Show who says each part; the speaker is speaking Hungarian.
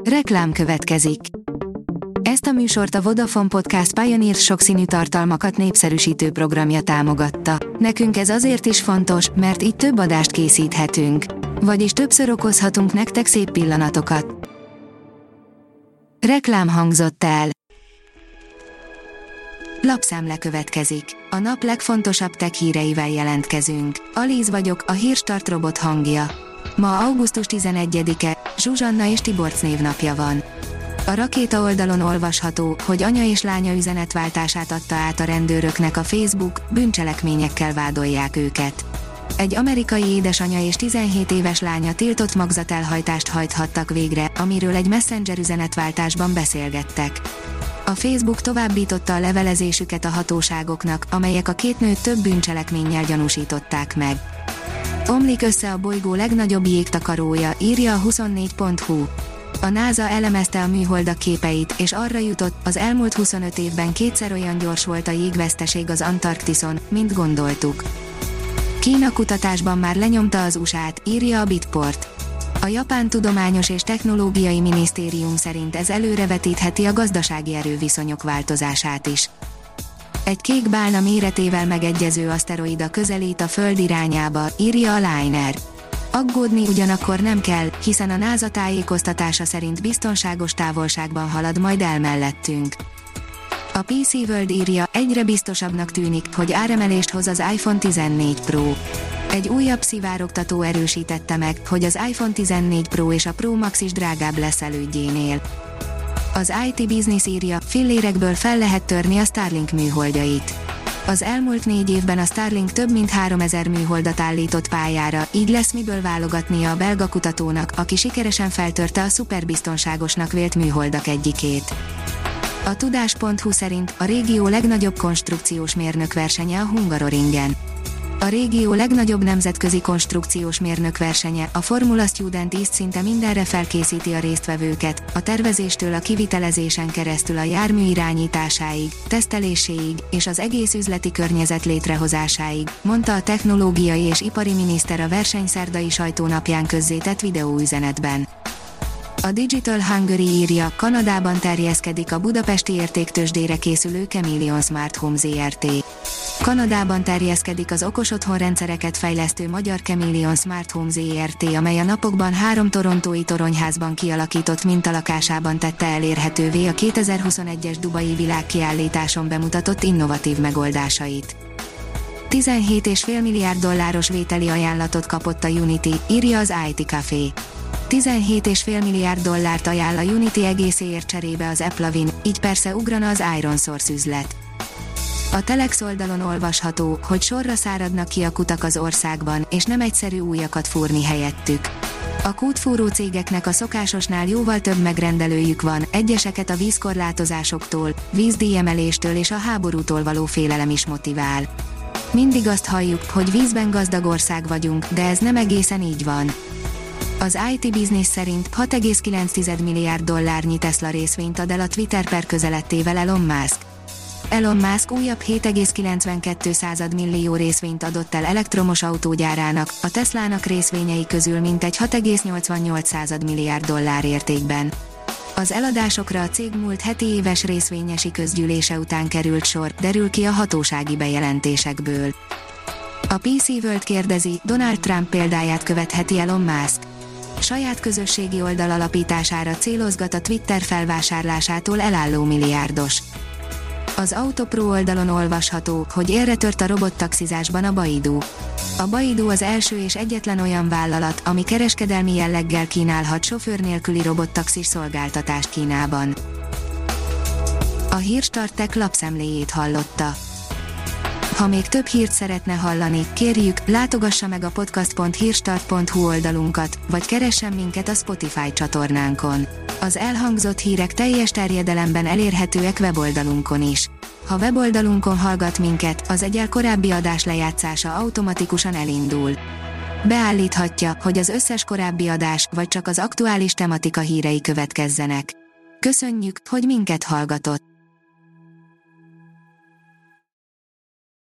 Speaker 1: Reklám következik. Ezt a műsort a Vodafone Podcast Pioneer sokszínű tartalmakat népszerűsítő programja támogatta. Nekünk ez azért is fontos, mert így több adást készíthetünk. Vagyis többször okozhatunk nektek szép pillanatokat. Reklám hangzott el. Lapszemle következik. A nap legfontosabb tech híreivel jelentkezünk. Alíz vagyok, a Hírstart robot hangja. Ma augusztus 11-e, Zsuzsanna és Tiborc névnapja van. A Rakéta oldalon olvasható, hogy anya és lánya üzenetváltását adta át a rendőröknek a Facebook, bűncselekményekkel vádolják őket. Egy amerikai édesanya és 17 éves lánya tiltott magzatelhajtást hajthattak végre, amiről egy messenger üzenetváltásban beszélgettek. A Facebook továbbította a levelezésüket a hatóságoknak, amelyek a két nőt több bűncselekménnyel gyanúsították meg. Omlik össze a bolygó legnagyobb jégtakarója, írja a 24.hu. A NASA elemezte a műholdak képeit, és arra jutott, az elmúlt 25 évben kétszer olyan gyors volt a jégveszteség az Antarktiszon, mint gondoltuk. Kína kutatásban már lenyomta az USA-t, írja a Bitport. A Japán Tudományos és Technológiai Minisztérium szerint ez előrevetítheti a gazdasági erőviszonyok változását is. Egy kék bálna méretével megegyező aszteroida közelít a Föld irányába, írja a Liner. Aggódni ugyanakkor nem kell, hiszen a NASA tájékoztatása szerint biztonságos távolságban halad majd el mellettünk. A PC World írja, egyre biztosabbnak tűnik, hogy áremelést hoz az iPhone 14 Pro. Egy újabb szivárogtató erősítette meg, hogy az iPhone 14 Pro és a Pro Max is drágább lesz elődjénél. Az IT Business írja, fillérekből fel lehet törni a Starlink műholdjait. Az elmúlt 4 évben a Starlink több mint 3000 műholdat állított pályára, így lesz miből válogatnia a belga kutatónak, aki sikeresen feltörte a szuperbiztonságosnak vélt műholdak egyikét. A tudás.hu szerint a régió legnagyobb konstrukciós mérnökversenye a Hungaroringen. A régió legnagyobb nemzetközi konstrukciós mérnökversenye, a Formula Student East szinte mindenre felkészíti a résztvevőket, a tervezéstől a kivitelezésen keresztül a jármű irányításáig, teszteléséig és az egész üzleti környezet létrehozásáig, mondta a technológiai és ipari miniszter a verseny szerdai sajtónapján közzétett videóüzenetben. A Digital Hungary írja, Kanadában terjeszkedik a budapesti értéktőzsdére készülő Chameleon Smart Home Zrt. Kanadában terjeszkedik az okos otthonrendszereket fejlesztő magyar Chameleon Smart Home Zrt., amely a napokban 3 torontói toronyházban kialakított mintalakásában tette elérhetővé a 2021-es Dubai világkiállításon bemutatott innovatív megoldásait. 17,5 milliárd dolláros vételi ajánlatot kapott a Unity, írja az IT Café. 17,5 milliárd dollárt ajánl a Unity egészéért cserébe az Applavin, így persze ugrana az ironSource üzlet. A Telex oldalon olvasható, hogy sorra száradnak ki a kutak az országban, és nem egyszerű újakat fúrni helyettük. A kútfúró cégeknek a szokásosnál jóval több megrendelőjük van, egyeseket a vízkorlátozásoktól, vízdíjemeléstől és a háborútól való félelem is motivál. Mindig azt halljuk, hogy vízben gazdag ország vagyunk, de ez nem egészen így van. Az IT Business szerint 6,9 milliárd dollárnyi Tesla részvényt ad el a Twitter per közelettével Elon Musk. Elon Musk újabb 7,92 millió részvényt adott el elektromos autógyárának, a Teslának részvényei közül mintegy 6,88 milliárd dollár értékben. Az eladásokra a cég múlt heti éves részvényesi közgyűlése után került sor, derül ki a hatósági bejelentésekből. A PC World kérdezi, Donald Trump példáját követheti Elon Musk. Saját közösségi oldal alapítására célozgat a Twitter felvásárlásától elálló milliárdos. Az Autopro oldalon olvasható, hogy élre tört a robottaxizásban a Baidu. A Baidu az első és egyetlen olyan vállalat, ami kereskedelmi jelleggel kínálhat sofőr nélküli robottaxis szolgáltatást Kínában. A Hírstart Tech lapszemléjét hallotta. Ha még több hírt szeretne hallani, kérjük, látogassa meg a podcast.hírstart.hu oldalunkat, vagy keressen minket a Spotify csatornánkon. Az elhangzott hírek teljes terjedelemben elérhetőek weboldalunkon is. Ha weboldalunkon hallgat minket, az egyel korábbi adás lejátszása automatikusan elindul. Beállíthatja, hogy az összes korábbi adás, vagy csak az aktuális tematika hírei következzenek. Köszönjük, hogy minket hallgatott!